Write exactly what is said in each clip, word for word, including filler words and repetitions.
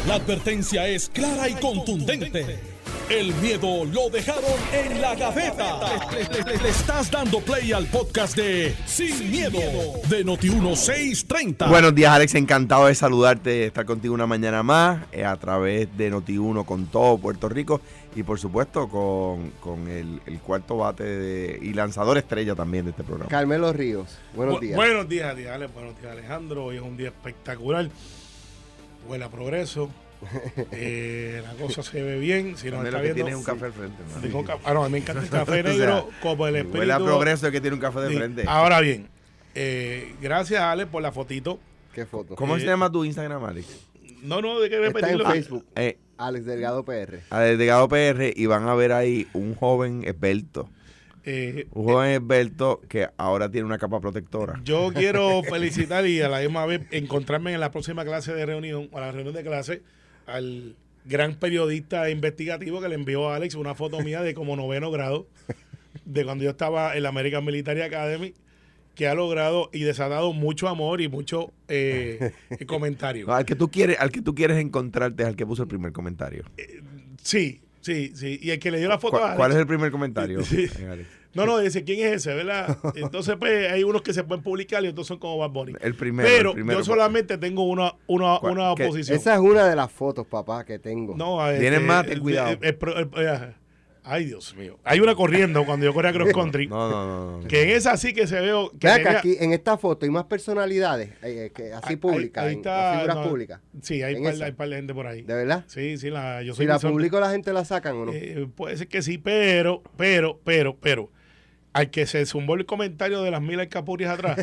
La advertencia es clara y contundente. El miedo lo dejaron en la gaveta. Le, le- le- le estás dando play al podcast de Sin, Miedo, de Noti uno seiscientos treinta. Buenos días, Alex. Encantado de saludarte, estar contigo una mañana más eh, a través de Noti uno con todo Puerto Rico y, por supuesto, con, con el, el cuarto bate de, y lanzador estrella también de este programa. Carmelo Ríos, buenos Bu- días. Buenos días, días, Alex. Buenos días, Alejandro. Hoy es un día espectacular. Huele a progreso. Eh, la cosa se ve bien. Si nos Carmelo, está que viendo, tienes un café al frente, hermano. tengo ca- ah, no, a mí me encanta el café O sea, negro como el espíritu. Huele a progreso que tiene un café de Sí. frente. Ahora bien, eh, gracias, Alex, por la fotito. Qué foto. ¿Cómo eh, se llama tu Instagram, Alex? No, no, de que Está en repetirlo. Facebook, Eh, Alex Delgado P R. a Delgado P R, y van a ver ahí un joven esbelto. Eh, Un joven esbelto que ahora tiene una capa protectora. Yo quiero felicitar y a la misma vez encontrarme en la próxima clase de reunión, a la reunión de clase, al gran periodista investigativo que le envió a Alex una foto mía de como noveno grado, de cuando yo estaba en la American Military Academy, que ha logrado y desatado mucho amor y mucho eh, comentario. No, al que tú quieres, al que tú quieres encontrarte es al que puso el primer comentario. Sí, sí, sí. Y el que le dio la foto ¿Cuál, a Alex. cuál es el primer comentario? Sí. Eh, Alex? No, no, dice, ¿quién es ese, verdad? Entonces, pues, hay unos que se pueden publicar y otros son como Bad Bunny. El primero. Pero el primero. yo solamente tengo una, una, ¿Cuál? una ¿Qué? oposición. Esa es una de las fotos, papá, que tengo. No, eh, Tienes eh, más, ten eh, cuidado. eh, eh, pro- eh, eh, ay, Dios mío. Hay una corriendo cuando yo corría cross country. No, no, no. no. Que en esa sí que se veo. Que Ve acá, tenía- aquí en esta foto hay más personalidades, eh, eh, que así ahí- públicas, ahí en- está, en figuras no, públicas. Sí, hay en par, esa. hay par de gente por ahí. ¿De verdad? Sí, sí, la, yo soy Si la bisonte. publico, la gente la sacan o no. Eh, puede ser que sí, pero, pero, pero, pero, al que se zumbó el comentario de las mil alcapurrias atrás,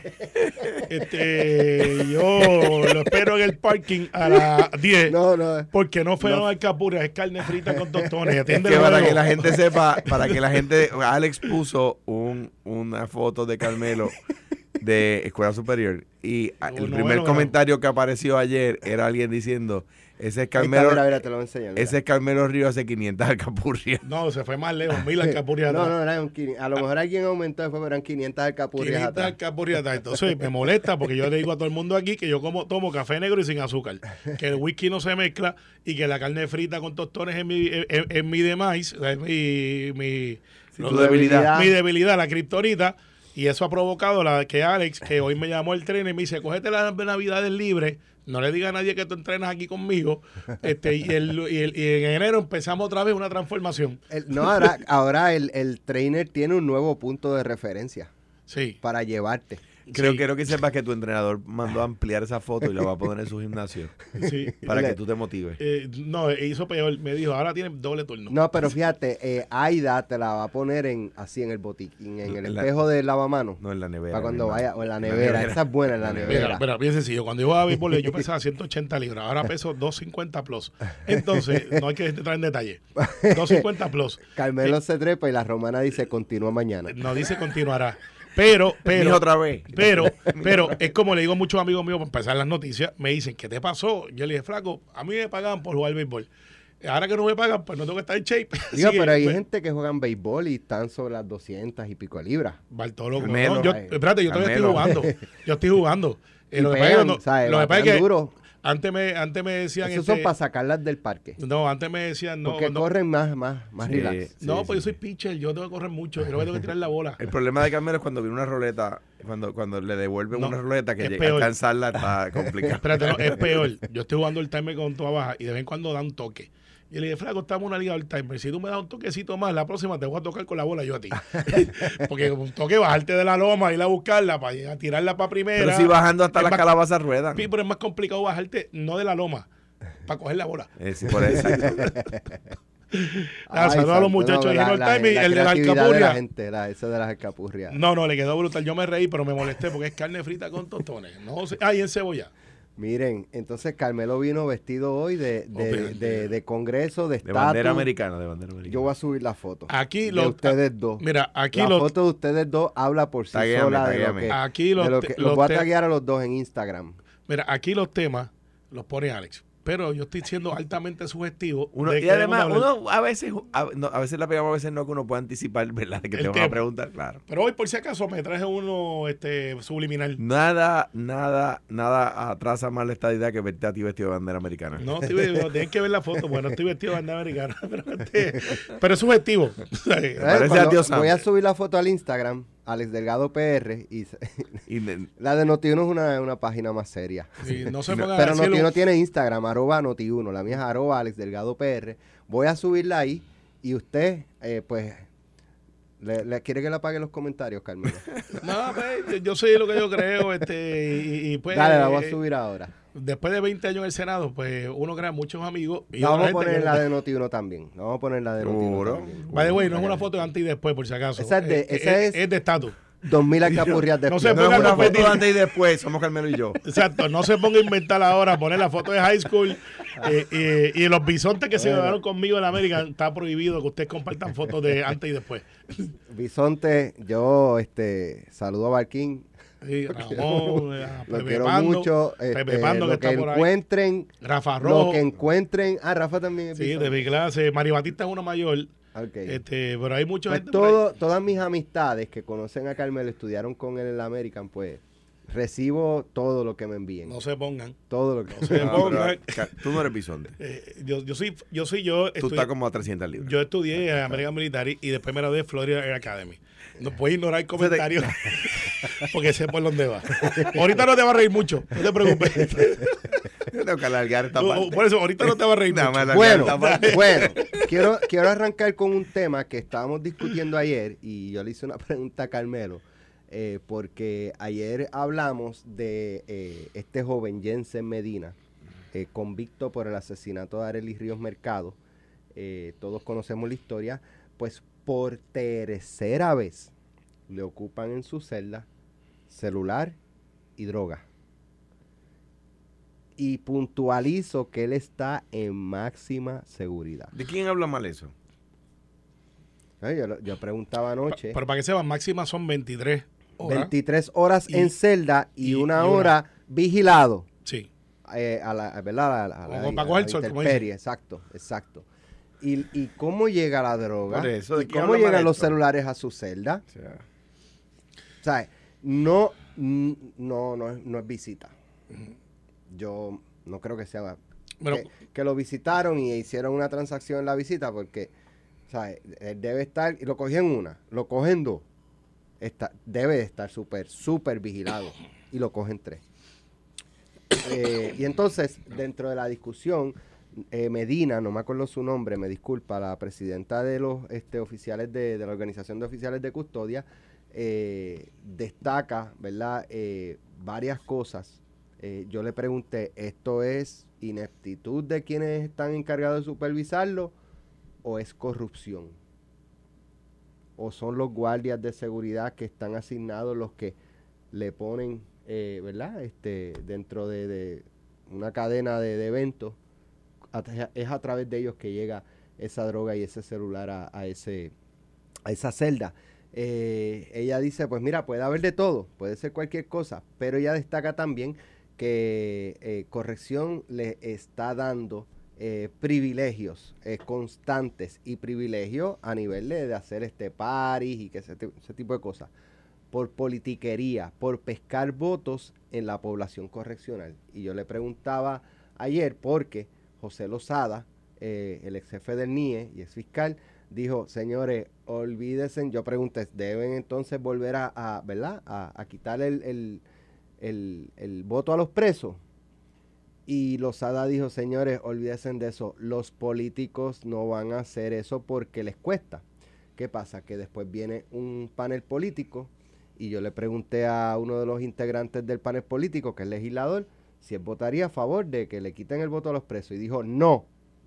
este, yo lo espero en el parking a las diez, No, no. porque no fueron No. alcapurrias, es carne frita con tostones. Es Atiéndelo que para luego. que la gente sepa, para que la gente, Alex puso un, una foto de Carmelo de Escuela Superior y a- el Uno, primer bueno, comentario que apareció ayer era alguien diciendo, ese es Ahí está, Carmelo, mira, mira, te lo voy a enseñar. mira. ese es Carmelo Ríos hace quinientas alcapurrias. No, se fue más lejos, mil alcapurrias No, atrás. no, eran quinientas. A lo mejor alguien aumentó después, pero eran quinientas alcapurrias quinientas atrás. alcapurrias atrás. Entonces me molesta porque yo le digo a todo el mundo aquí que yo como tomo café negro y sin azúcar, que el whisky no se mezcla y que la carne frita con tostones es mi, es, es mi demás, es mi, mi, Sí, lo- tu debilidad. mi debilidad, la kriptonita. Y eso ha provocado la que Alex, que hoy me llamó el tren y me dice, cógete las navidades libres, no le diga a nadie que tú entrenas aquí conmigo. Este, y, el, y, el- y en enero empezamos otra vez una transformación. El- no, ahora, ahora el, el trainer tiene un nuevo punto de referencia Sí. para llevarte. Creo, Sí. quiero que sepas que tu entrenador mandó a ampliar esa foto y la va a poner en su gimnasio Sí. para Le- que tú te motives. Eh, no, hizo peor. Me dijo, ahora tiene doble turno. No, pero fíjate, eh, Aida te la va a poner en así en el botiquín, en el En la- espejo del lavamanos. No, en la nevera. Para cuando mi hermano. vaya, o en la nevera. Esa es buena en la Mira, nevera. Mira, mira, bien sencillo. Cuando yo jugaba béisbol, yo pesaba ciento ochenta libras. Ahora peso doscientos cincuenta plus. Entonces, no hay que entrar en detalle. doscientos cincuenta plus. Carmelo se trepa y la romana dice continúa mañana. No dice continuará. Pero, Mijo, pero, otra vez. pero, pero, es como le digo a muchos amigos míos para empezar las noticias, me dicen, ¿qué te pasó? Yo le dije, flaco, a mí me pagan por jugar béisbol. Ahora que no me pagan, pues no tengo que estar en shape. Digo, Así que, pero hay pues, gente que juegan béisbol y están sobre las doscientas y pico de libras. Bartolo, Carmelo, no, yo, ay. espérate, yo todavía estoy Carmelo. jugando. Yo estoy jugando. Eh, Y lo que pasa es que pegan, no- ¿sabes? lo que pasa es Batean que duro. antes me, antes me decían... Esos este, son para sacarlas del parque. no, antes me decían, no, porque no, corren más, más, más Sí, relax. sí, no, sí, pues yo sí. soy pitcher, yo tengo que correr mucho, yo no tengo que tirar la bola. El problema de Carmelo es cuando viene una roleta, cuando, cuando le devuelven No, una roleta que es llega a peor. alcanzarla está complicado. Espérate, no, es peor. Yo estoy jugando el timer con toda baja y de vez en cuando da un toque. Y le dije, flaco, estamos en una liga del timer. Si tú me das un toquecito más, la próxima te voy a tocar con la bola yo a ti. Porque un toque, bajarte de la loma, ir a buscarla, para ir a tirarla para primera. Pero si bajando hasta es las más- calabazas ruedan. Sí, pero es más complicado bajarte, no de la loma, para coger la bola. Eh, sí, por eso. Ah, saludos a los muchachos de Hero Time y el de la creatividad de alcapurria. la gente, la, eso de las alcapurrias. No, no, le quedó brutal. Yo me reí, pero me molesté porque es carne frita con tostones. No sé. Ah, y en cebolla. Miren, entonces Carmelo vino vestido hoy de, de, Obviamente. de, de congreso, de De bandera estatus. americana, de bandera americana. Yo voy a subir la foto. Aquí de lo- ustedes dos. Mira, aquí la lo- foto de ustedes dos habla por sí Taguéame, sola de lo taguéame. que, Aquí los de lo te- que- los los voy a te- taguear a los dos en Instagram. Mira, aquí los temas los pone Alex. pero yo estoy siendo altamente sugestivo. Uno, de y que además, debemos hablar. uno a veces, a, no, a veces la pegamos, a veces no, que uno puede anticipar, ¿verdad? Que El te van tema. a preguntar, claro. Pero hoy, por si acaso, me traje uno este, subliminal. Nada, nada, nada atrasa más la estadidad que verte a ti vestido de bandera americana. No, estoy, no, tienen que ver la foto, porque no estoy vestido de bandera americana. Pero, este, pero es subjetivo. ¿Eh? Parece Cuando a Dios Sam. voy a subir la foto al Instagram, Alex Delgado P R, y se- Y de- la de Noti uno es una, una página más seria. Sí, no se pongan a Pero decirlo. Noti uno tiene Instagram, arroba Noti uno, la mía es arroba Alex Delgado P R. Voy a subirla ahí y usted, eh, pues, le, le quiere que le apague los comentarios, Carmelo. No, pues, yo soy lo que yo creo. Este, y, y, pues, Dale, la voy a eh, subir ahora. Después de veinte años en el Senado, pues uno crea muchos amigos. Y La otra vamos a gente poner que- la de Noti uno también. La vamos a poner la de Noti uno Seguro. también. By the way, no es una foto de antes y después, por si acaso. Esa es de- Eh, esa eh, es- es de estatus. Dos mil alcapurrias No después. se no es pongan una a foto competir. de antes y después, somos Carmelo y yo. Exacto, no se ponga a inventar ahora, poner la foto de high school eh, y, y los bisontes que se Bueno. quedaron conmigo en la América, está prohibido que ustedes compartan fotos de antes y después. Bisonte, yo este saludo a Barquín. Sí, Ramón, a Lo Pepe quiero Pando, mucho. Pepe este, Pando que lo que está por ahí, encuentren, Rafa lo Rojo, que encuentren. Ah, Rafa también es sí, bisonte. de mi clase, Mari Batista es uno mayor, Ok. este, pero hay mucha Pues gente por ahí. todo, todas mis amistades que conocen a Carmelo, estudiaron con él en la American, pues recibo todo lo que me envíen. No se pongan. Todo lo que No se No, pongan. pero, ca- tú no eres bisonte. Eh, yo, yo soy, yo soy yo. Tú estudié- estás como a trescientas libras. Yo estudié en American Military y después me gradué de Florida Air Academy. No puedes ignorar comentarios porque sé por dónde va. Ahorita no te va a reír mucho, no te preocupes. Yo tengo que alargar esta No, parte. por eso, ahorita no te va a reír Nada mucho. más alargar Bueno, esta parte. bueno, quiero, quiero arrancar con un tema que estábamos discutiendo ayer y yo le hice una pregunta a Carmelo, eh, porque ayer hablamos de eh, este joven Jensen Medina, eh, convicto por el asesinato de Arelis Ríos Mercado. Eh, todos conocemos la historia, pues por tercera vez le ocupan en su celda celular y droga. Y puntualizo que él está en máxima seguridad. ¿De quién habla mal eso? Ay, Yo, lo- yo preguntaba anoche, Pero para que sepan, máximas son veintitrés horas. veintitrés horas Y- en celda y, y- una y una- hora vigilado. Sí. eh, a la, ¿verdad? A la, a la- Como a para la coger el sol, como intemperie, exacto, exacto. ¿Y, y cómo llega la droga? Por eso, ¿de ¿Y quién cómo habla mal llegan los esto? celulares a su celda? O sea, O sea, no, mm, no, no, es, no es visita. Yo no creo que sea Pero, que, que lo visitaron y hicieron una transacción en la visita porque, o sea, él debe estar, y lo cogen una, lo cogen dos, está, debe de estar súper, súper vigilado y lo cogen tres. Eh, y entonces, dentro de la discusión, eh, Medina, no me acuerdo su nombre, me disculpa, la presidenta de los este, oficiales de, de la Organización de Oficiales de Custodia, eh, destaca, ¿verdad?, eh, varias cosas. Eh, yo le pregunté, ¿esto es ineptitud de quienes están encargados de supervisarlo o es corrupción? ¿O son los guardias de seguridad que están asignados los que le ponen, eh, ¿verdad?, este, dentro de, de una cadena de, de eventos? A tra- es a través de ellos que llega esa droga y ese celular a, a ese, a esa celda. Eh, ella dice, pues mira, puede haber de todo, puede ser cualquier cosa, pero ella destaca también que eh, corrección le está dando eh, privilegios eh, constantes y privilegios a nivel de, de hacer este paris y que ese, ti- ese tipo de cosas por politiquería, por pescar votos en la población correccional. Y yo le preguntaba ayer porque José Lozada, eh, el ex jefe del N I E y ex fiscal, dijo, señores, olvídense, yo pregunté, ¿deben entonces volver a, a ¿verdad?, a, a quitar el, el, el, el voto a los presos? Y Lozada dijo, señores, olvídense de eso, los políticos no van a hacer eso porque les cuesta. ¿Qué pasa? Que después viene un panel político y yo le pregunté a uno de los integrantes del panel político, que es legislador, si él votaría a favor de que le quiten el voto a los presos. Y dijo, no.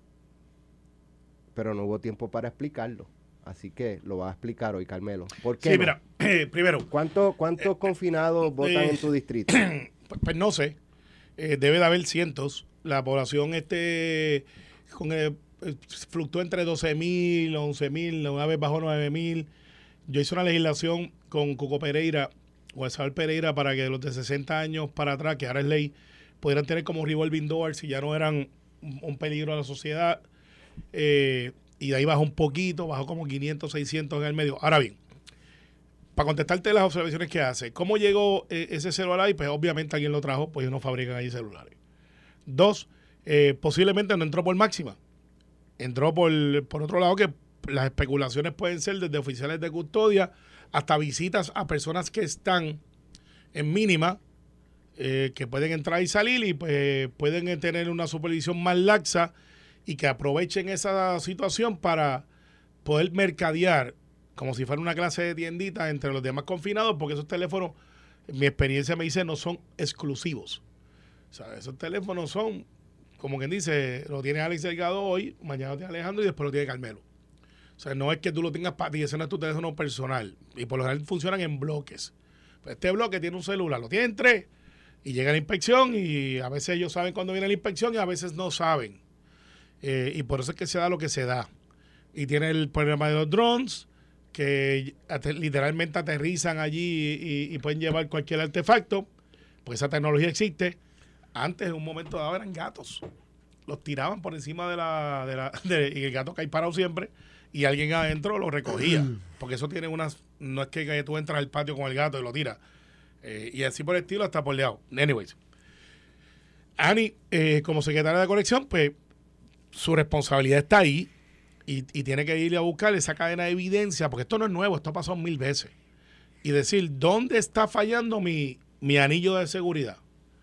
Pero no hubo tiempo para explicarlo. Así que lo va a explicar hoy, Carmelo. ¿Por qué sí, no? mira, eh, primero, ¿Cuánto- ¿Cuántos confinados votan eh, en tu distrito? pues, pues no sé, eh, debe de haber cientos. La población este con el, eh, fluctúa entre doce mil, once mil, una vez bajó nueve mil. Yo hice una legislación con Cuco Pereira, o Isabel Pereira, para que los de sesenta años para atrás, que ahora es ley, pudieran tener como revolving doors si ya no eran un, un peligro a la sociedad. Eh, y de ahí bajó un poquito, bajó como quinientos, seiscientos en el medio. Ahora bien, para contestarte las observaciones que hace, ¿cómo llegó eh, ese celular ahí? Pues obviamente alguien lo trajo, pues ellos no fabrican ahí celulares. Dos, eh, posiblemente no entró por máxima. Entró por, por otro lado, que las especulaciones pueden ser desde oficiales de custodia hasta visitas a personas que están en mínima, eh, que pueden entrar y salir y pues pueden tener una supervisión más laxa y que aprovechen esa situación para poder mercadear como si fuera una clase de tiendita entre los demás confinados, porque esos teléfonos, mi experiencia me dice, no son exclusivos. O sea, esos teléfonos son, como quien dice, lo tiene Alex Delgado hoy, mañana lo tiene Alejandro y después lo tiene Carmelo. O sea, no es que tú lo tengas para ti, ese no es tu teléfono personal. Y por lo general funcionan en bloques. Pues este bloque tiene un celular, lo tienen tres, y llega la inspección, y a veces ellos saben cuándo viene la inspección y a veces no saben. Eh, y por eso es que se da lo que se da. Y tiene el problema de los drones, que at- literalmente aterrizan allí y, y pueden llevar cualquier artefacto. Pues esa tecnología existe. Antes, en un momento dado, eran gatos. Los tiraban por encima de la... De la de, y el gato cae parado siempre, y alguien adentro lo recogía. Porque eso tiene unas... No es que tú entras al patio con el gato y lo tiras. Eh, y así por el estilo, hasta por lado. Anyways. Ani, eh, como secretaria de colección, pues su responsabilidad está ahí y, y tiene que ir a buscar esa cadena de evidencia, porque esto no es nuevo, esto ha pasado mil veces. Y decir, ¿dónde está fallando mi, mi anillo de seguridad?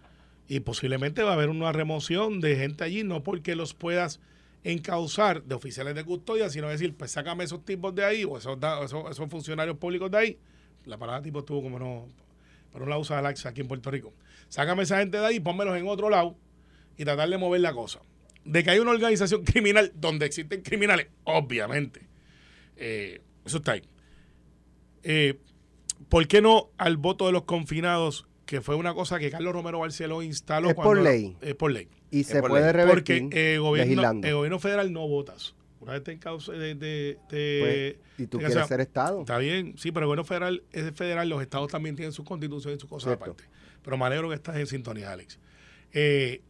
Y posiblemente va a haber una remoción de gente allí, no porque los puedas encauzar de oficiales de custodia, sino decir, pues sácame esos tipos de ahí, o esos, esos, esos funcionarios públicos de ahí. La palabra tipo estuvo como no, pero no la usa Alexa aquí en Puerto Rico. Sácame esa gente de ahí y pónmelos en otro lado y tratar de mover la cosa. De que hay una organización criminal donde existen criminales, obviamente. Eh, eso está ahí. Eh, ¿Por qué no al voto de los confinados, que fue una cosa que Carlos Romero Barceló instaló? Es cuando, por ley. Es por ley. Y Es se por puede ley. revertir Porque el gobierno, legislando. el gobierno federal no votas. Una vez te en causa de... de, de Pues, ¿y tú de- quieres o sea, ser Estado? Está bien, sí, pero el gobierno federal es federal, los estados también tienen su constitución y sus cosas Cierto. aparte. Pero me alegro que estás en sintonía, Alex. Eh,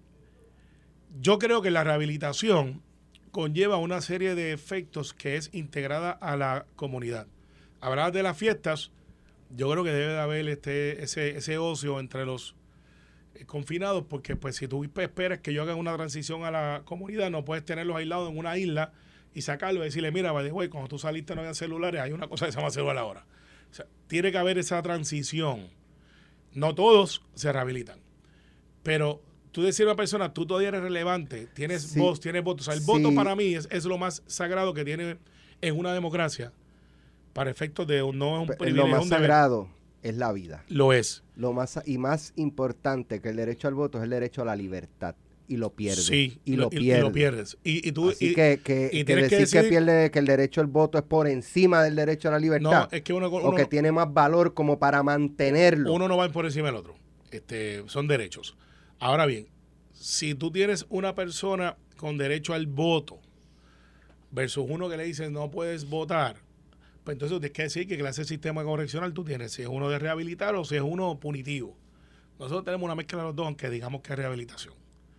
yo creo que la rehabilitación conlleva una serie de efectos que es integrada a la comunidad. Hablabas de las fiestas, yo creo que debe de haber este, ese, ese ocio entre los eh, confinados, porque pues si tú esperas que yo haga una transición a la comunidad, no puedes tenerlos aislados en una isla y sacarlo y decirle, mira, güey, cuando tú saliste no había celulares, hay una cosa que se llama celular ahora. O sea, tiene que haber esa transición. No todos se rehabilitan, pero tú decir a una persona, tú todavía eres relevante, tienes Sí. voz, tienes votos. O sea, el Sí. voto para mí es, es lo más sagrado que tiene en una democracia, para efectos de no es un Pe- privilegio. Lo más un deber. sagrado es la vida. Lo es. Lo más y más importante que el derecho al voto es el derecho a la libertad. Y lo pierdes. Sí, y lo y, pierdes. y lo pierdes. Y, y tú, Así y- que, que, y que tienes decir que que, decidir- pierde, que el derecho al voto es por encima del derecho a la no, libertad. es que uno, o uno- que tiene más valor como para mantenerlo. uno no va por encima del otro. Este, son derechos. Ahora bien, si tú tienes una persona con derecho al voto versus uno que le dice no puedes votar, pues entonces tienes que decir qué clase de sistema correccional tú tienes, si es uno de rehabilitar o si es uno punitivo. Nosotros tenemos una mezcla de los dos, aunque digamos que es rehabilitación.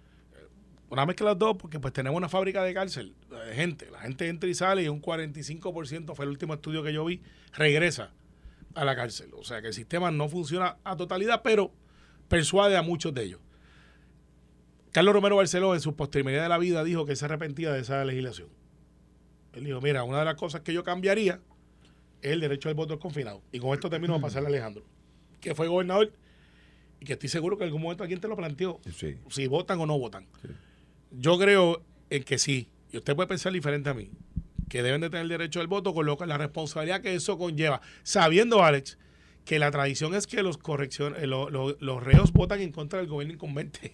Una mezcla de los dos porque pues tenemos una fábrica de cárcel de gente. La gente entra y sale y un cuarenta y cinco por ciento, fue el último estudio que yo vi, regresa a la cárcel. O sea que el sistema no funciona a totalidad, pero persuade a muchos de ellos. Carlos Romero Barceló, en su posterioridad de la vida, dijo que se arrepentía de esa legislación. Él dijo, mira, una de las cosas que yo cambiaría es el derecho al voto confinado. Y con esto termino a pasarle a Alejandro, que fue gobernador y que estoy seguro que en algún momento alguien te lo planteó. Sí. Si votan o no votan. Sí. Yo creo en que sí, y usted puede pensar diferente a mí, que deben de tener el derecho al voto con lo que la responsabilidad que eso conlleva, sabiendo, Alex, que la tradición es que los correcciones, lo, lo, los reos votan en contra del gobierno incumbente.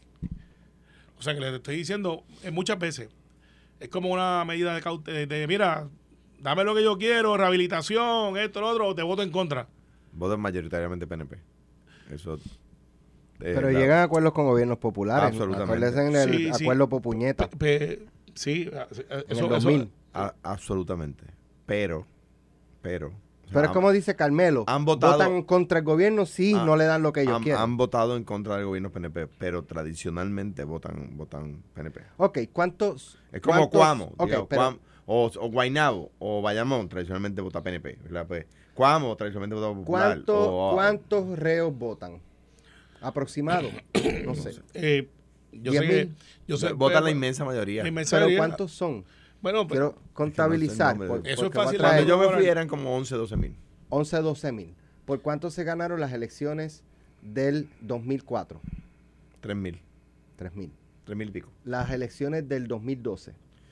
O sea que le estoy diciendo eh, muchas veces, es como una medida de, caut- de, de, mira, dame lo que yo quiero, rehabilitación, esto, lo otro, o te voto en contra. Votan mayoritariamente P N P. Eso. eh, Pero la- llegan a acuerdos con gobiernos populares. Absolutamente. Acuérdense en el Sí, sí. acuerdo Popuñeta. Pe- pe- sí, En eso, el eso- dos mil. a- absolutamente. Pero, pero, O sea, Pero es han- como dice Carmelo, han votado- votan contra el gobierno si han- no le dan lo que ellos han, quieren. han votado en contra del gobierno P N P, pero tradicionalmente votan, votan P N P. Ok, ¿cuántos? Es como cuántos- Cuamo, ok, digamos, pero- Cuam- o, o Guaynabo, o Bayamón, tradicionalmente vota P N P, ¿verdad? Pues, Cuamo, tradicionalmente vota Popular. ¿Cuántos, o- ¿Cuántos reos votan? Aproximado. No sé. Eh, yo ¿diez sé que... mil? Yo sé, Votan la eh, inmensa mayoría. la inmensa Pero mayoría- ¿cuántos son? Bueno, pero Quiero contabilizar. nombre. por- Eso es porque voy a fácil. traer Cuando yo me Ahora- fui eran como once, doce mil. once, doce mil. ¿Por cuánto se ganaron las elecciones del dos mil cuatro? tres mil. tres mil. tres mil y pico. Las elecciones del dos mil doce.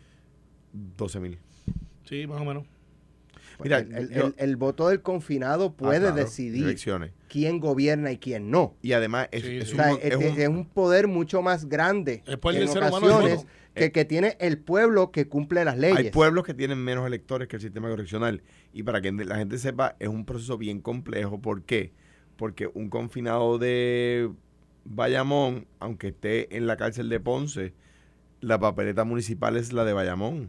doce mil. sí, más o menos. Mira, el, el- yo- el- el voto del confinado puede Ah, claro, decidir elecciones. quién gobierna y quién no. Y además es, Sí, es sí. O sea, un, es, es un- es un poder mucho más grande El poder en del ser humano ocasiones es voto. que, que tiene el pueblo que cumple las leyes. hay pueblos que tienen menos electores que el sistema correccional. Y para que la gente sepa, es un proceso bien complejo. ¿Por qué? Porque un confinado de Bayamón, aunque esté en la cárcel de Ponce, la papeleta municipal es la de Bayamón.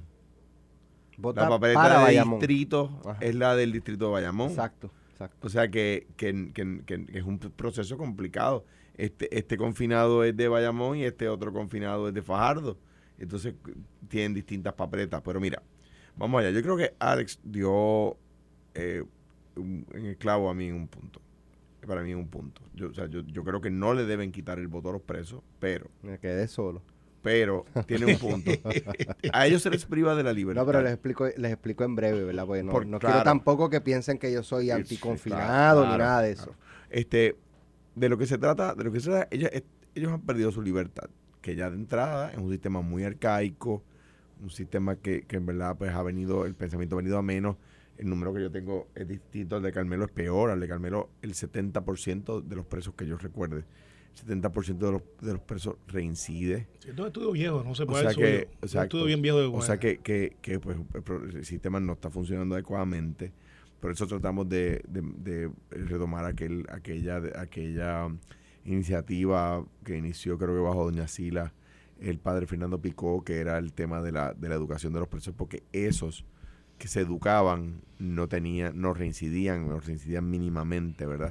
Vota La papeleta para de Bayamón. distrito Ajá. es la del distrito de Bayamón. Exacto, exacto. O sea que, que, que- que es un proceso complicado. Este, este confinado es de Bayamón y este otro confinado es de Fajardo. Entonces tienen distintas papeletas. Pero mira, vamos allá. Yo creo que Alex dio eh, un- en el clavo a mí en un punto. Para mí en un punto. Yo, o sea, yo, yo creo que no le deben quitar el voto a los presos, pero, Me quedé solo. pero tiene un punto. A ellos se les priva de la libertad. No, pero les explico, les explico en breve, ¿verdad? Porque no, Por- no claro. quiero tampoco que piensen que yo soy Sí, anticonfinado claro, ni nada de claro. eso. Este, de lo que se trata, de lo que se trata, ella- es- ellos han perdido su libertad, que ya de entrada es un sistema muy arcaico, un sistema que, que en verdad pues ha venido, el pensamiento ha venido a menos. El número que yo tengo es distinto al de Carmelo, es peor. Al de Carmelo, el setenta por ciento de los presos que yo recuerde, el setenta por ciento de los, de los presos reincide. Sí, esto es estudio viejo, no se O puede sea hacer que, suyo. Un exacto. estudio bien viejo de O sea que, que, que, pues, el, pro- el sistema no está funcionando adecuadamente. Por eso tratamos de, de, de retomar aquel, aquella, aquella iniciativa que inició, creo que bajo Doña Sila, el padre Fernando Picó, que era el tema de la, de la educación de los presos, porque esos que se educaban no tenían, no reincidían, no reincidían mínimamente, ¿verdad?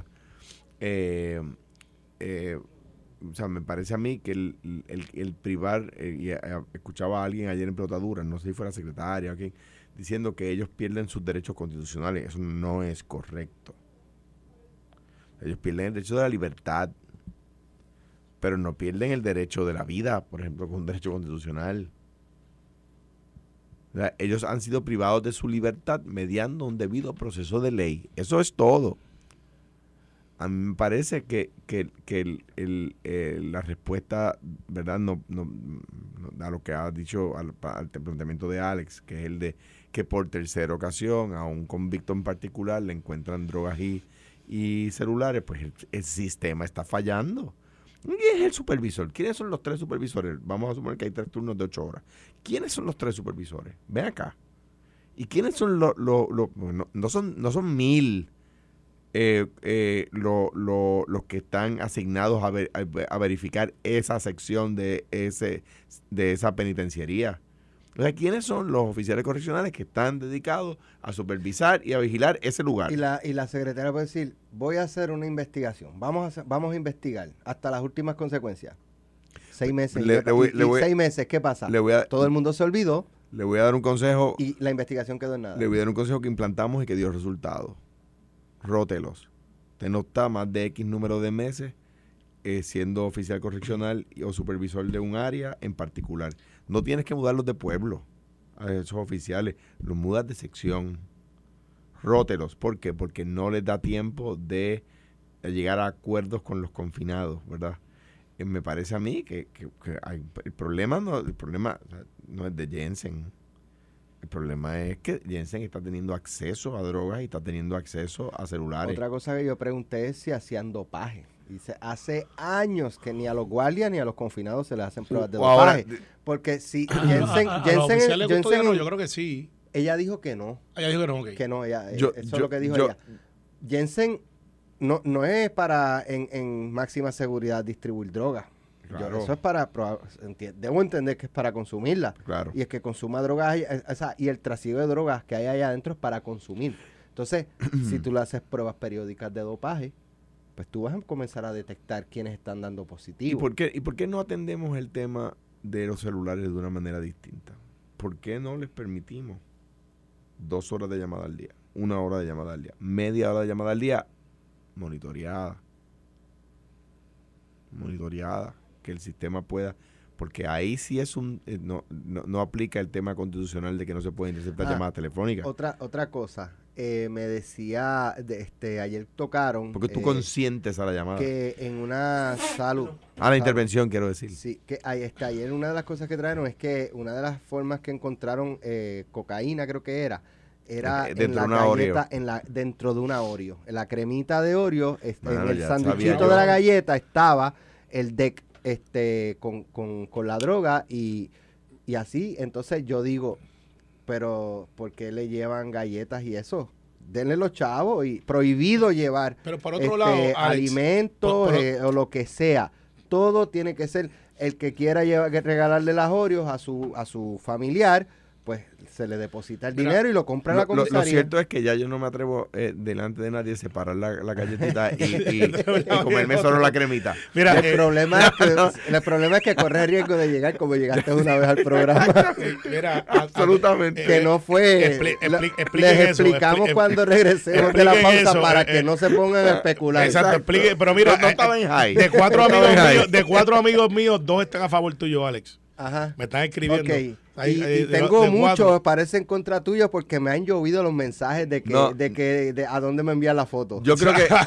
Eh, eh, o sea, me parece a mí que el, el, el privar, eh, y, eh, escuchaba a alguien ayer en Pelotadura, no sé si fue la secretaria o quién, diciendo que ellos pierden sus derechos constitucionales. Eso no es correcto. Ellos pierden el derecho de la libertad, pero no pierden el derecho de la vida, por ejemplo, con un derecho constitucional. O sea, ellos han sido privados de su libertad mediando un debido proceso de ley. Eso es todo. A mí me parece que, que, que el, el, eh, la respuesta, ¿verdad? No, no, no- a lo que ha dicho, al, al planteamiento de Alex, que es el de que por tercera ocasión a un convicto en particular le encuentran drogas y, y celulares, pues el, el sistema está fallando. ¿Quién es el supervisor? ¿Quiénes son los tres supervisores? Vamos a suponer que hay tres turnos de ocho horas. ¿Quiénes son los tres supervisores? Ven acá. ¿Y quiénes son los... los, los- no, no son, no son mil eh, eh, lo- lo- los que están asignados a, ver- a, a verificar esa sección de, ese, de esa penitenciaría? O sea, ¿quiénes son los oficiales correccionales que están dedicados a supervisar y a vigilar ese lugar? Y la, y la secretaria puede decir, voy a hacer una investigación, vamos a, hacer- vamos a investigar hasta las últimas consecuencias. Seis meses. Le- y- le voy- y- le y voy- seis meses, ¿qué pasa? le voy a- Todo el mundo se olvidó Le voy a dar un consejo. y la investigación quedó en nada. Le voy a dar un consejo que implantamos y que dio resultados. Rótelos. Usted no está más de X número de meses eh, siendo oficial correccional y- o supervisor de un área en particular. No tienes que mudarlos de pueblo a esos oficiales. Los mudas de sección. Rótelos. ¿Por qué? Porque no les da tiempo de, de llegar a acuerdos con los confinados, ¿verdad? Eh, me parece a mí que, que- que hay- el problema no, el problema o sea, no es de Jensen. El problema es que Jensen está teniendo acceso a drogas y está teniendo acceso a celulares. Otra cosa que yo pregunté es si hacían dopaje. Dice, hace años que ni a los guardias ni a los confinados se les hacen pruebas de O ahora- dopaje. Porque si Jensen, a, a, a los Jensen, oficiales Jensen- custodianos, yo creo que sí. ella dijo que no, Ah, ya dijo que no, ok. que no, ella, eh, Yo- eso yo- es lo que dijo yo- ella. Jensen no, no es para en, en máxima seguridad distribuir drogas. Yo- Claro. eso es para, proba- enti- debo entender que es para consumirla. Claro. Y es que consuma drogas, eh, o sea, y el trasiego de drogas que hay allá adentro es para consumir. Entonces, si tú le haces pruebas periódicas de dopaje, pues tú vas a comenzar a detectar quiénes están dando ¿Y positivo. por qué, y por qué no atendemos el tema de los celulares de una manera distinta? ¿Por qué no les permitimos dos horas de llamada al día, una hora de llamada al día, media hora de llamada al día, monitoreada? Monitoreada, que el sistema pueda, porque ahí sí es un, eh, no, no, no aplica el tema constitucional de que no se pueden interceptar Ah, llamadas telefónicas. Otra otra cosa, eh, me decía, de, este ayer tocaron... Porque tú eh, consientes a la llamada. que en una salud... A la intervención, quiero decir. Sí, que ahí está. Ayer una de las cosas que trajeron es que una de las formas que encontraron eh, cocaína, creo que era, era Eh, en dentro la de una galleta, Oreo. en la, dentro de una Oreo. En la cremita de Oreo, este, Bueno, en el ya sabía sanduichito yo. de la galleta estaba el deck este, con, con, con la droga y, y así. Entonces yo digo, pero ¿por qué le llevan galletas y eso? Denle los chavos y prohibido llevar Pero por otro este, lado, Alex, alimentos por- por- eh, o lo que sea. Todo tiene que ser el que quiera llevar, que regalarle las Oreos a su a su familiar, pues se le deposita el Mira, dinero y lo compra en la Lo, lo- comisaría. lo cierto es que ya yo no me atrevo eh, delante de nadie separar la, la galletita y, y- y comerme solo la cremita. Mira, el, eh, problema es que, el problema es que corres el riesgo de llegar como llegaste una vez al programa. eh, mira, a- a- Absolutamente. eh, que no fue. expli- la- expli- expliquen les eso, explicamos expli- cuando regresemos de la expliquen pausa eso, para eh, que eh, no se pongan a especular. Exacto, explique, pero mira, No, no eh, estaba en high. de cuatro No estaba amigos en high. míos, de cuatro amigos míos, dos están a favor tuyo, Alex. Ajá. Me están escribiendo. Ok. Ahí, y, ahí, y de tengo los- de muchos, cuatro. parecen contra tuyos porque me han llovido los mensajes de que, No. de que de a dónde me envían la foto. Yo creo que...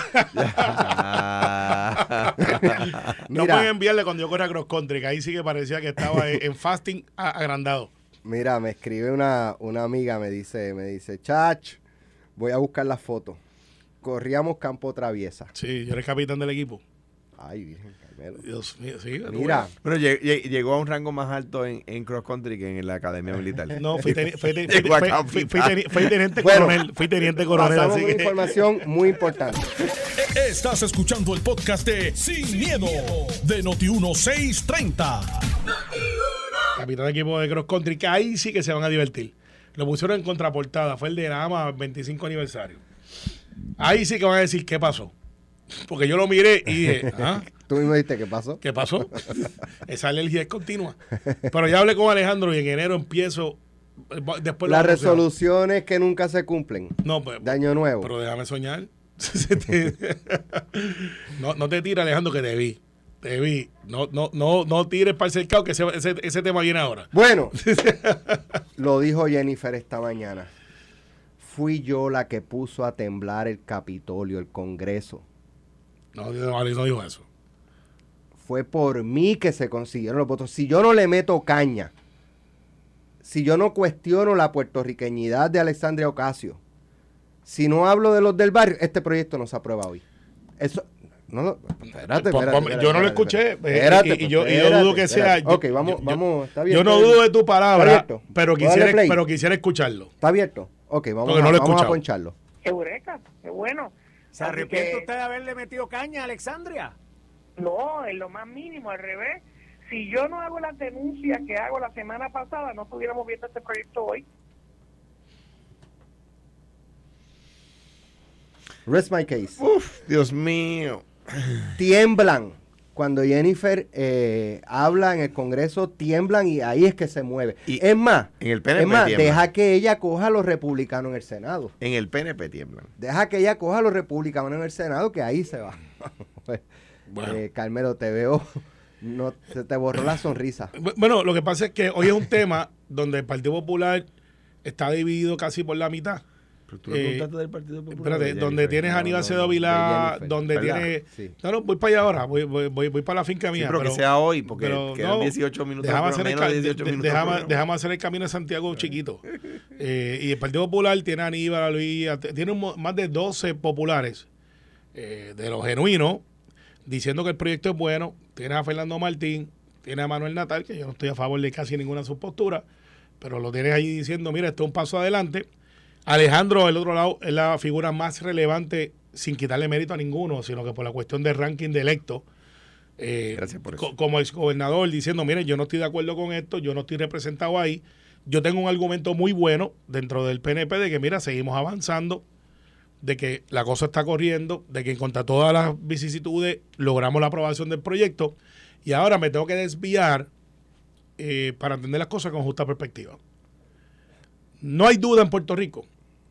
No Mira. pueden enviarle cuando yo corría cross country, que ahí sí que parecía que estaba en, en fasting a- agrandado. Mira, me escribe una, una amiga, me dice, me dice, Chach, voy a buscar la foto. Corríamos campo traviesa. Sí, yo era el capitán del equipo. Ay, Virgen Carmelo. Dios mío, sí. tú Mira, Bueno, lleg- lleg- llegó a un rango más alto en, en cross country que en la academia militar. ves. No, fui, teni- fui, teni- fui, Llegó a fui- capitán. fui- fui teni- fui teniente Bueno, coronel. Fui teniente coronel, pasamos así una que... información muy importante. Estás escuchando el podcast de Sin Miedo de Noti uno seiscientos treinta. Capitán de equipo de cross country, que ahí sí que se van a divertir. Lo pusieron en contraportada, fue el de la AMA veinticinco aniversario. Ahí sí que van a decir qué pasó. Porque yo lo miré y dije, ¿ah? Tú mismo dijiste qué pasó. ¿Qué pasó? Esa alergia es continua. Pero ya hablé con Alejandro y en enero empiezo. Después lo Las anunciamos. resoluciones que nunca se cumplen. No, pues, De año nuevo. pero déjame soñar. Se te- no, no te tires, Alejandro, que te vi. Te vi. No, no, no, no tires para el cercado, que ese, ese, ese tema viene ahora. Bueno, lo dijo Jennifer esta mañana. Fui yo la que puso a temblar el Capitolio, el Congreso. No, no, Alex no dijo eso. Fue por mí que se consiguieron los votos. Si yo no le meto caña, si yo no cuestiono la puertorriqueñidad de Alexandria Ocasio, si no hablo de los del barrio, este proyecto no se aprueba hoy. Eso, no lo, espérate, Pon- espérate, pon- espérate, yo no lo espérate, escuché, espérate. eh, Espérate, y- y pues, yo- y yo espérate, dudo que sea- espérate. Ok, yo- vamos, yo- vamos, está bien. Yo no está bien. dudo de tu palabra, abierto. pero ¿Puedo darle quisiera, play? pero quisiera escucharlo. ¿Está abierto? Ok, vamos, Porque a, no lo he vamos a escuchado. poncharlo. Eureka, qué bueno. ¿Se Así arrepiente que, usted de haberle metido caña a Alexandria? No, en lo más mínimo, al revés. Si yo no hago las denuncias que hago la semana pasada, no estuviéramos viendo este proyecto hoy. Rest my case. Uf, Dios mío. Tiemblan. Cuando Jennifer eh, habla en el Congreso, tiemblan y ahí es que se mueve. Y es más, en el P N P es más tiemblan. deja que ella coja a los republicanos en el Senado. En el P N P tiemblan. Deja que ella coja a los republicanos en el Senado, que ahí se va. Bueno. Eh, Carmelo, te veo, no, se te borró la sonrisa. Bu- Bueno, lo que pasa es que hoy es un tema donde el Partido Popular está dividido casi por la mitad. Pero tú le Eh, preguntaste del Partido Popular. Espérate, de donde Jennifer. tienes a No, Aníbal no, Acevedo de Vilá, Jennifer, donde ¿verdad? tiene... Sí. No, no, voy para allá ahora, voy, voy, voy, voy para la finca Sí, mía. pero, que sea hoy, porque pero quedan no, dieciocho minutos. Déjame al hacer, el, programa, ca- menos de dieciocho de- minutos al déjame, programa. déjame hacer el camino de Santiago chiquito. Eh, y el Partido Popular tiene a Aníbal, a Luis, a- tiene un mo- más de doce populares eh, de los genuinos diciendo que el proyecto es bueno. Tiene a Fernando Martín, tiene a Manuel Natal, que yo no estoy a favor de casi ninguna de sus posturas, pero lo tienes ahí diciendo, mira, esto es un paso adelante. Alejandro, del otro lado, es la figura más relevante, sin quitarle mérito a ninguno, sino que por la cuestión del ranking de electos. Eh, Gracias por eso. co- como exgobernador, diciendo, miren, yo no estoy de acuerdo con esto, yo no estoy representado ahí. Yo tengo un argumento muy bueno dentro del P N P de que, mira, seguimos avanzando de que la cosa está corriendo, de que contra todas las vicisitudes logramos la aprobación del proyecto y ahora me tengo que desviar eh, para entender las cosas con justa perspectiva. No hay duda en Puerto Rico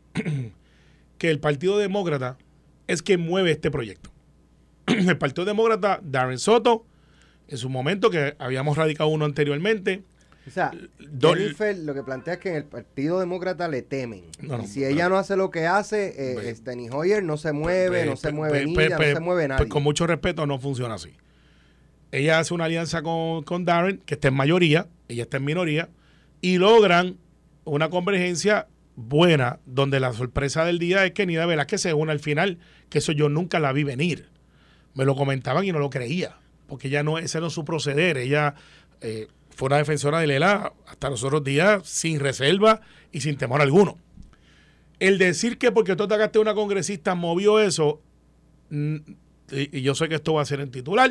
que el Partido Demócrata es quien mueve este proyecto. El Partido Demócrata, Darren Soto, en su momento, que habíamos radicado uno anteriormente. O sea, Do- Jennifer lo que plantea es que en el Partido Demócrata le temen. No, no, y si pero- ella no hace lo que hace, eh, Pe- Steny Hoyer no se mueve, Pe- no se pe- mueve pe- Nidia, pe- no se mueve nadie. Pues con mucho respeto, no funciona así. Ella hace una alianza con, con Darren, que está en mayoría, ella está en minoría, y logran una convergencia buena, donde la sorpresa del día es que Nidia Velázquez se une al final, que eso yo nunca la vi venir. Me lo comentaban y no lo creía, porque ella no, ese no es su proceder, ella eh, fue una defensora de Lela hasta los otros días, sin reserva y sin temor alguno. El decir que porque tú atacaste a una congresista movió eso, mm, y, y yo sé que esto va a ser en titular,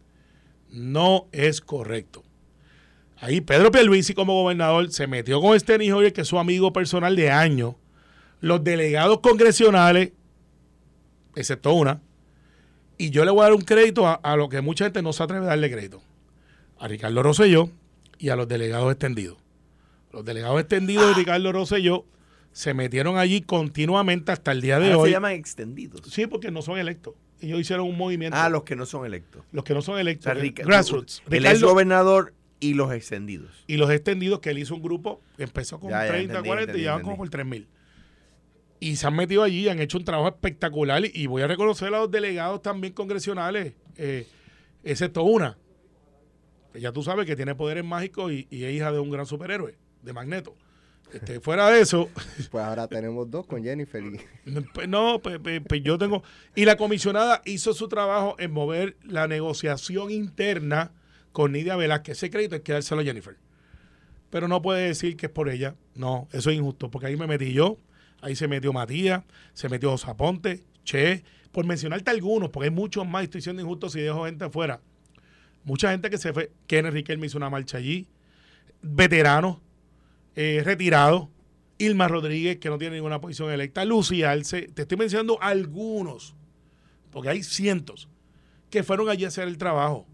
no es correcto. Ahí Pedro Pierluisi como gobernador se metió con Steny Hoyer, que es su amigo personal de años. Los delegados congresionales, excepto una, y yo le voy a dar un crédito a, a lo que mucha gente no se atreve a darle crédito. A Ricardo Rosselló y a los delegados extendidos. Los delegados extendidos de Ricardo Rosselló se metieron allí continuamente hasta el día de Ahora hoy. se llaman extendidos. Sí, porque no son electos. Ellos hicieron un movimiento. Ah, los que no son electos. Los que no son O electos. sea, eh, Rica- grassroots. el Ricardo- ex gobernador y los extendidos. y los extendidos, que él hizo un grupo, empezó con Ya, ya, treinta, entendí, cuarenta entendí, y ya van entendí. como por tres mil. Y se han metido allí, han hecho un trabajo espectacular y, y voy a reconocer a los delegados también congresionales, eh, excepto una. Ya tú sabes que tiene poderes mágicos y, y es hija de un gran superhéroe, de Magneto. Este, fuera de eso, Pues ahora tenemos dos con Jennifer. Y... pues no, pues, pues, pues yo tengo... Y la comisionada hizo su trabajo en mover la negociación interna con Nidia Velázquez. Ese crédito hay que dárselo a Jennifer. Pero no puede decir que es por ella. No, eso es injusto, porque ahí me metí yo, ahí se metió Matías, se metió Zaponte, Che, por mencionarte algunos, porque hay muchos más, estoy siendo injusto si dejo gente afuera. Mucha gente que se fue, Kenneth Riquelme hizo una marcha allí, veteranos, eh, retirados, Ilma Rodríguez, que no tiene ninguna posición electa, Lucy Arce, te estoy mencionando algunos, porque hay cientos, que fueron allí a hacer el trabajo.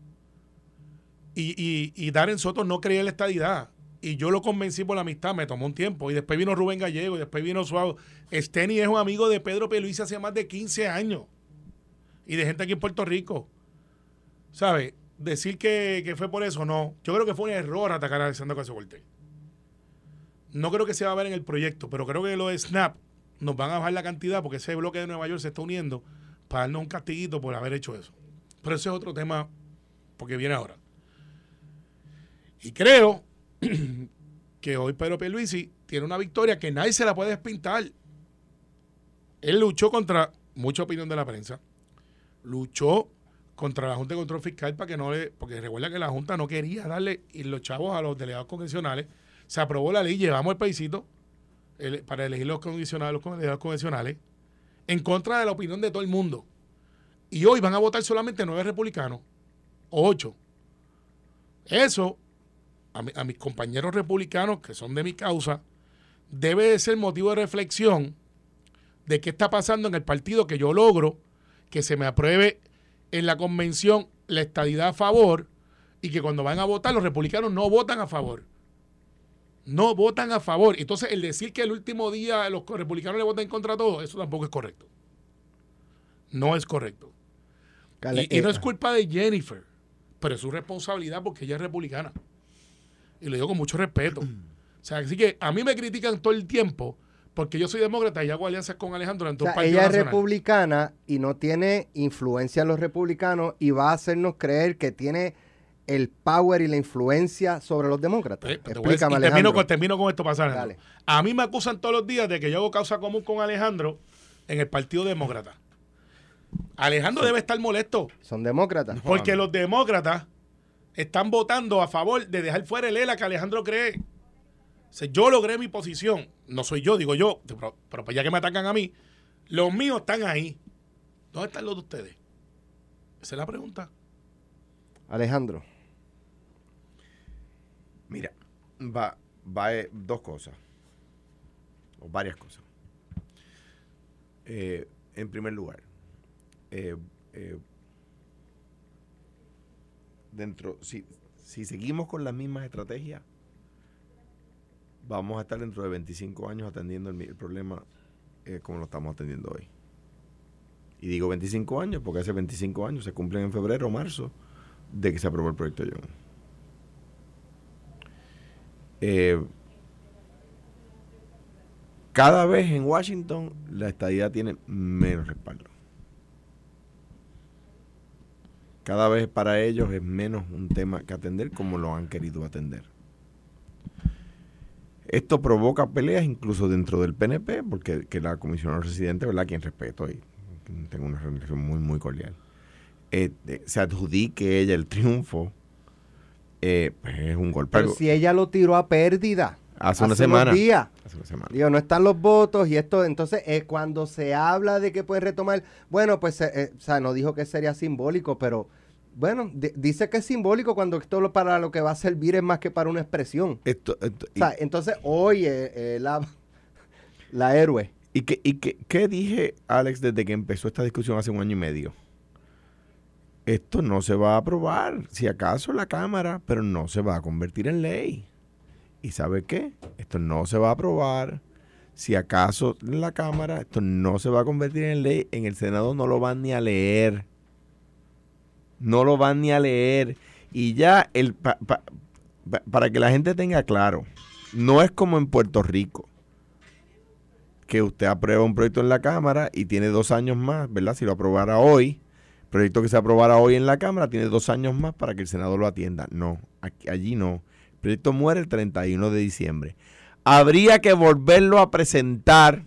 Y, y, y Darren Soto no creía en la estadidad. Y yo lo convencí por la amistad, me tomó un tiempo. Y después vino Rubén Gallego, y después vino Suave. Steny es un amigo de Pedro Pierluisi hace más de quince años. Y de gente aquí en Puerto Rico. ¿Sabes? Decir que, que fue por eso, no. Yo creo que fue un error atacar a Alexandra Ocasio-Cortez. No creo que se va a ver en el proyecto, pero creo que lo de SNAP nos van a bajar la cantidad porque ese bloque de Nueva York se está uniendo para darnos un castiguito por haber hecho eso. Pero ese es otro tema porque viene ahora. Y creo que hoy Pedro Pierluisi tiene una victoria que nadie se la puede despintar. Él luchó contra mucha opinión de la prensa, luchó contra la Junta de Control Fiscal para que no le, porque recuerda que la Junta no quería darle y los chavos a los delegados convencionales. Se aprobó la ley, llevamos el paisito el, para elegir los condicionales, los delegados convencionales, en contra de la opinión de todo el mundo. Y hoy van a votar solamente nueve republicanos, o ocho. Eso, a, mi, a mis compañeros republicanos, que son de mi causa, debe de ser motivo de reflexión de qué está pasando en el partido que yo logro que se me apruebe en la convención la estadidad a favor y que cuando van a votar los republicanos no votan a favor. No votan a favor. Entonces, el decir que el último día los republicanos le votan en contra a todos, eso tampoco es correcto. No es correcto. Cale, Y, y no eh, es culpa de Jennifer, pero es su responsabilidad porque ella es republicana. Y lo digo con mucho respeto. O sea, así que a mí me critican todo el tiempo porque yo soy demócrata y hago alianzas con Alejandro durante o sea, un partido ella es nacional. republicana y no tiene influencia en los republicanos y va a hacernos creer que tiene el power y la influencia sobre los demócratas. Eh, te voy a decir- Explícame, y termino Alejandro. con, termino con esto pasando. Dale. A mí me acusan todos los días de que yo hago causa común con Alejandro en el Partido Demócrata. Alejandro debe estar molesto Son demócratas. porque los demócratas están votando a favor de dejar fuera el E L A que Alejandro cree. O sea, yo logré mi posición. No soy yo, digo yo, pero, pero pues ya que me atacan a mí, los míos están ahí. ¿Dónde están los de ustedes? Esa es la pregunta. Alejandro. Mira, va, va eh, dos cosas. O varias cosas. Eh, en primer lugar, eh, eh, dentro, si, si seguimos con las mismas estrategias, vamos a estar dentro de veinticinco años atendiendo el, el problema eh, como lo estamos atendiendo hoy. Y digo veinticinco años porque hace veinticinco años se cumplen en febrero o marzo de que se aprobó el proyecto Young. Eh, cada vez en Washington la estadidad tiene menos respaldo. Cada vez para ellos es menos un tema que atender como lo han querido atender. Esto provoca peleas incluso dentro del P N P, porque que la comisionada residente, ¿verdad?, quien respeto y tengo una relación muy, muy cordial, eh, eh, se adjudique ella el triunfo, eh, pues es un golpe. Pero si ella lo tiró a pérdida. Hace una semana. Días. Hace una semana. Digo, no están los votos y esto, entonces, eh, cuando se habla de que pueden retomar, bueno, pues, eh, o sea, no dijo que sería simbólico, pero, bueno, d- dice que es simbólico cuando esto lo, para lo que va a servir es más que para una expresión. Esto, esto, O sea, entonces, hoy eh, eh, la, la héroe. ¿Y, qué, y qué, qué dije, Alex, desde que empezó esta discusión hace un año y medio? Esto no se va a aprobar, si acaso la Cámara, pero no se va a convertir en ley. ¿Y sabe qué? Esto no se va a aprobar, si acaso en la Cámara, esto no se va a convertir en ley, en el Senado no lo van ni a leer. No lo van ni a leer. Y ya, el pa, pa, pa, para que la gente tenga claro, no es como en Puerto Rico, que usted aprueba un proyecto en la Cámara y tiene dos años más, ¿verdad? Si lo aprobara hoy, proyecto que se aprobara hoy en la Cámara, tiene dos años más para que el Senado lo atienda. No, aquí, allí no. El proyecto muere el treinta y uno de diciembre. Habría que volverlo a presentar.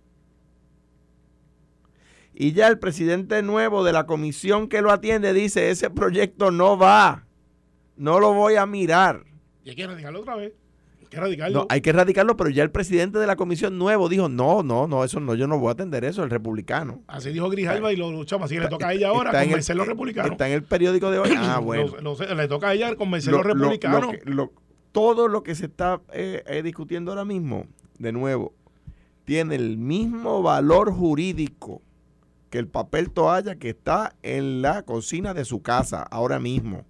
Y ya el presidente nuevo de la comisión que lo atiende dice, ese proyecto no va. No lo voy a mirar. Y hay que radicarlo otra vez. Hay que radicarlo. No, hay que erradicarlo, pero ya el presidente de la comisión nuevo dijo, no, no, no, eso no, yo no voy a atender eso, el republicano. Así dijo Grijalva y lo luchamos. Así Está, le toca a ella ahora convencer a los republicanos. Está en el periódico de hoy. Ah, bueno. Lo, lo, le toca a ella convencer a los republicanos. Lo, lo que, lo, todo lo que se está eh, eh, discutiendo ahora mismo, de nuevo, tiene el mismo valor jurídico que el papel toalla que está en la cocina de su casa ahora mismo.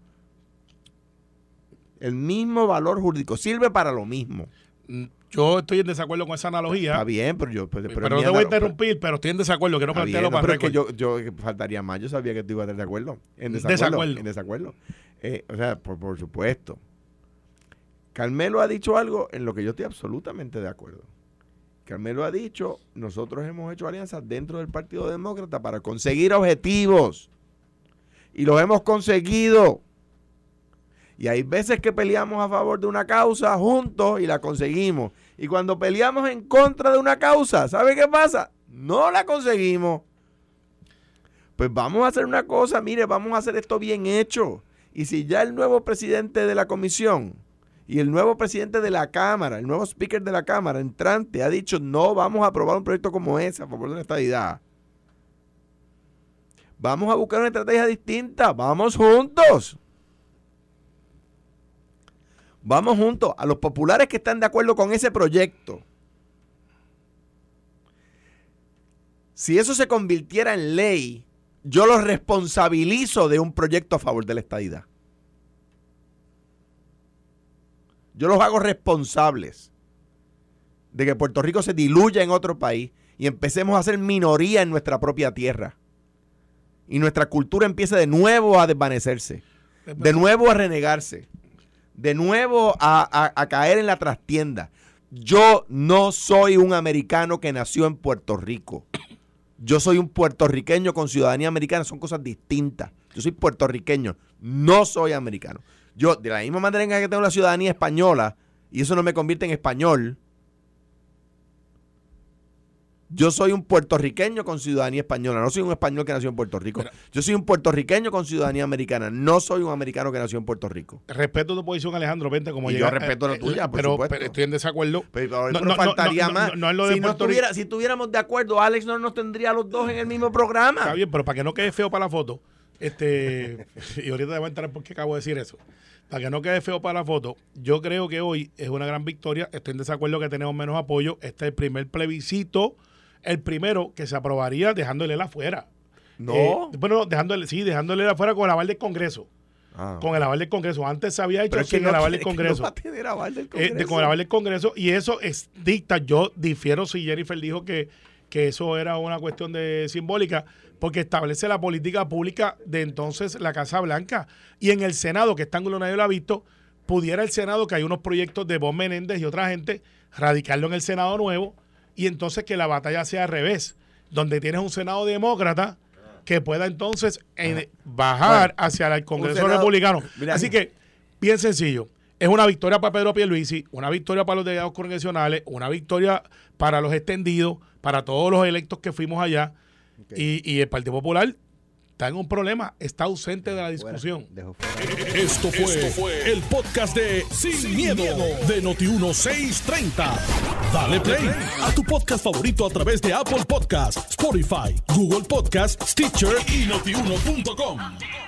El mismo valor jurídico. Sirve para lo mismo. Yo estoy en desacuerdo con esa analogía. Está bien, pero yo... Pero, pero, pero no te voy a interrumpir, pero, pero estoy en desacuerdo. Quiero plantearlo bien, no, para pero es que yo, yo faltaría más. Yo sabía que tú ibas a estar de acuerdo. En desacuerdo. desacuerdo. En desacuerdo. Eh, o sea, por, por supuesto. Carmelo ha dicho algo en lo que yo estoy absolutamente de acuerdo. Carmelo ha dicho, nosotros hemos hecho alianzas dentro del Partido Demócrata para conseguir objetivos. Y los hemos conseguido. Y hay veces que peleamos a favor de una causa juntos y la conseguimos. Y cuando peleamos en contra de una causa, ¿sabe qué pasa? No la conseguimos. Pues vamos a hacer una cosa, mire, vamos a hacer esto bien hecho. Y si ya el nuevo presidente de la comisión y el nuevo presidente de la Cámara, el nuevo speaker de la Cámara entrante ha dicho no vamos a aprobar un proyecto como ese a favor de la estadidad. Vamos a buscar una estrategia distinta, vamos juntos. Vamos juntos a los populares que están de acuerdo con ese proyecto. Si eso se convirtiera en ley, yo los responsabilizo de un proyecto a favor de la estadidad. Yo los hago responsables de que Puerto Rico se diluya en otro país y empecemos a ser minoría en nuestra propia tierra. Y nuestra cultura empiece de nuevo a desvanecerse, de nuevo a renegarse. De nuevo a, a, a caer en la trastienda. Yo no soy un americano que nació en Puerto Rico. Yo soy un puertorriqueño con ciudadanía americana. Son cosas distintas. Yo soy puertorriqueño. No soy americano. Yo, de la misma manera en que tengo la ciudadanía española, y eso no me convierte en español, yo soy un puertorriqueño con ciudadanía española. No soy un español que nació en Puerto Rico. Pero, yo soy un puertorriqueño con ciudadanía americana. No soy un americano que nació en Puerto Rico. Respeto tu posición, Alejandro Pente, como y llega, yo respeto eh, la tuya, por pero, supuesto. Pero estoy en desacuerdo. Pero, pero, no, pero no, faltaría no, más. No, no, no es lo de si, Puerto no tuviera, Rico. si estuviéramos de acuerdo, Alex no nos tendría a los dos en el mismo programa. Está bien, pero para que no quede feo para la foto, este y ahorita te voy a entrar por qué acabo de decir eso. Para que no quede feo para la foto, yo creo que hoy es una gran victoria. Estoy en desacuerdo que tenemos menos apoyo. Este es el primer plebiscito el primero que se aprobaría dejándole él afuera. No. Eh, bueno, dejándole, sí, dejándole él afuera con el aval del Congreso. Ah. Con el aval del Congreso. Antes se había hecho Pero es que sin no el aval del tiene- que Congreso. no va a tener aval del Eh, Congreso. de, con el aval del Congreso. Y eso es dicta. Yo difiero si Jennifer dijo que, que eso era una cuestión de simbólica, porque establece la política pública de entonces la Casa Blanca. Y en el Senado, que está en nadie lo ha visto, pudiera el Senado, que hay unos proyectos de Bob Menéndez y otra gente, radicarlo en el Senado nuevo, y entonces que la batalla sea al revés, donde tienes un Senado demócrata que pueda entonces eh, bajar Bueno, hacia el Congreso Senado- republicano. Mira, Así que, bien sencillo, es una victoria para Pedro Pierluisi, una victoria para los delegados congresionales, una victoria para los extendidos, para todos los electos que fuimos allá, y, y el Partido Popular está en un problema, está ausente de la discusión. Dejó fuera. Esto fue, Esto fue el podcast de Sin, miedo, de Noti uno seiscientos treinta. Dale play a tu podcast favorito a través de Apple Podcasts, Spotify, Google Podcasts, Stitcher y notiuno punto com.